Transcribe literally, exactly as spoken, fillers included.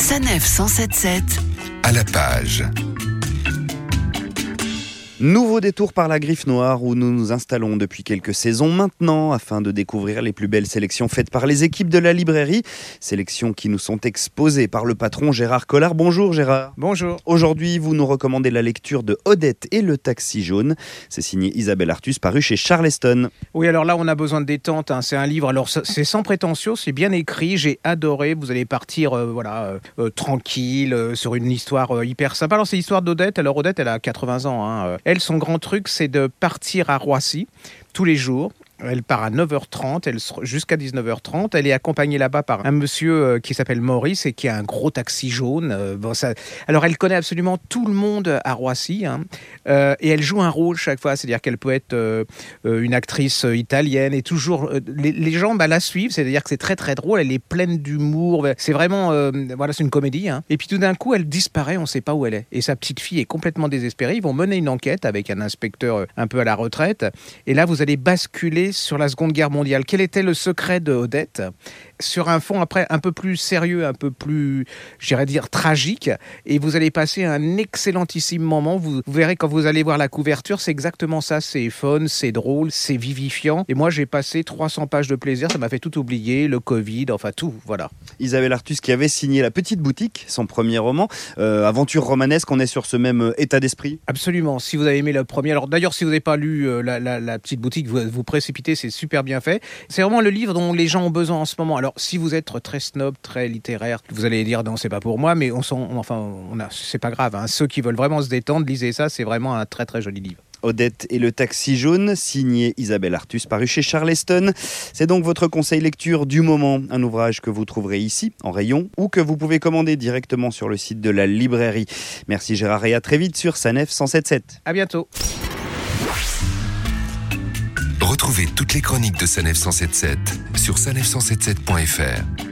Sanef cent sept virgule sept à la page. Nouveau détour par la Griffe Noire où nous nous installons depuis quelques saisons maintenant afin de découvrir les plus belles sélections faites par les équipes de la librairie. Sélections qui nous sont exposées par le patron Gérard Collard. Bonjour Gérard. Bonjour. Aujourd'hui, vous nous recommandez la lecture de Odette et le taxi jaune. C'est signé Isabelle Artus, paru chez Charleston. Oui, alors là, on a besoin de détente. Hein. C'est un livre, alors c'est sans prétention, c'est bien écrit. J'ai adoré. Vous allez partir euh, voilà, euh, euh, tranquille euh, sur une histoire euh, hyper sympa. Alors, c'est l'histoire d'Odette. Alors, Odette, elle a quatre-vingts ans. Hein. Elle, son grand truc, c'est de partir à Roissy tous les jours. Elle part à neuf heures trente, elle jusqu'à dix-neuf heures trente. Elle est accompagnée là-bas par un monsieur euh, qui s'appelle Maurice et qui a un gros taxi jaune. Euh, bon, ça... Alors, elle connaît absolument tout le monde à Roissy. Hein, euh, et elle joue un rôle chaque fois. C'est-à-dire qu'elle peut être euh, une actrice italienne et toujours... Euh, les, les gens bah, la suivent. C'est-à-dire que c'est très, très drôle. Elle est pleine d'humour. C'est vraiment... Euh, voilà, c'est une comédie. Hein. Et puis, tout d'un coup, elle disparaît. On ne sait pas où elle est. Et sa petite fille est complètement désespérée. Ils vont mener une enquête avec un inspecteur un peu à la retraite. Et là, vous allez basculer sur la Seconde Guerre mondiale. Quel était le secret de Odette ? Sur un fond après un peu plus sérieux, un peu plus, j'irais dire, tragique. Et vous allez passer un excellentissime moment. Vous, vous verrez quand vous allez voir la couverture, c'est exactement ça. C'est fun, c'est drôle, c'est vivifiant. Et moi, j'ai passé trois cents pages de plaisir. Ça m'a fait tout oublier, le Covid, enfin tout, voilà. Isabelle Artus qui avait signé La Petite Boutique, son premier roman. Euh, aventure romanesque, on est sur ce même état d'esprit ? Absolument. Si vous avez aimé le premier... Alors d'ailleurs, si vous n'avez pas lu euh, la, la, la Petite Boutique, vous vous précipitez, c'est super bien fait. C'est vraiment le livre dont les gens ont besoin en ce moment. Alors, si vous êtes très snob, très littéraire, vous allez dire non, c'est pas pour moi, mais on s'en, enfin, on a, c'est pas grave. Hein. Ceux qui veulent vraiment se détendre, lisez ça. C'est vraiment un très très joli livre. Odette et le taxi jaune, signé Isabelle Artus, paru chez Charleston. C'est donc votre conseil lecture du moment, un ouvrage que vous trouverez ici, en rayon, ou que vous pouvez commander directement sur le site de la librairie. Merci Gérard et à très vite sur Sanef cent sept virgule sept. À bientôt. Retrouvez toutes les chroniques de Sanef cent sept virgule sept sur sanef cent soixante-dix-sept point f r.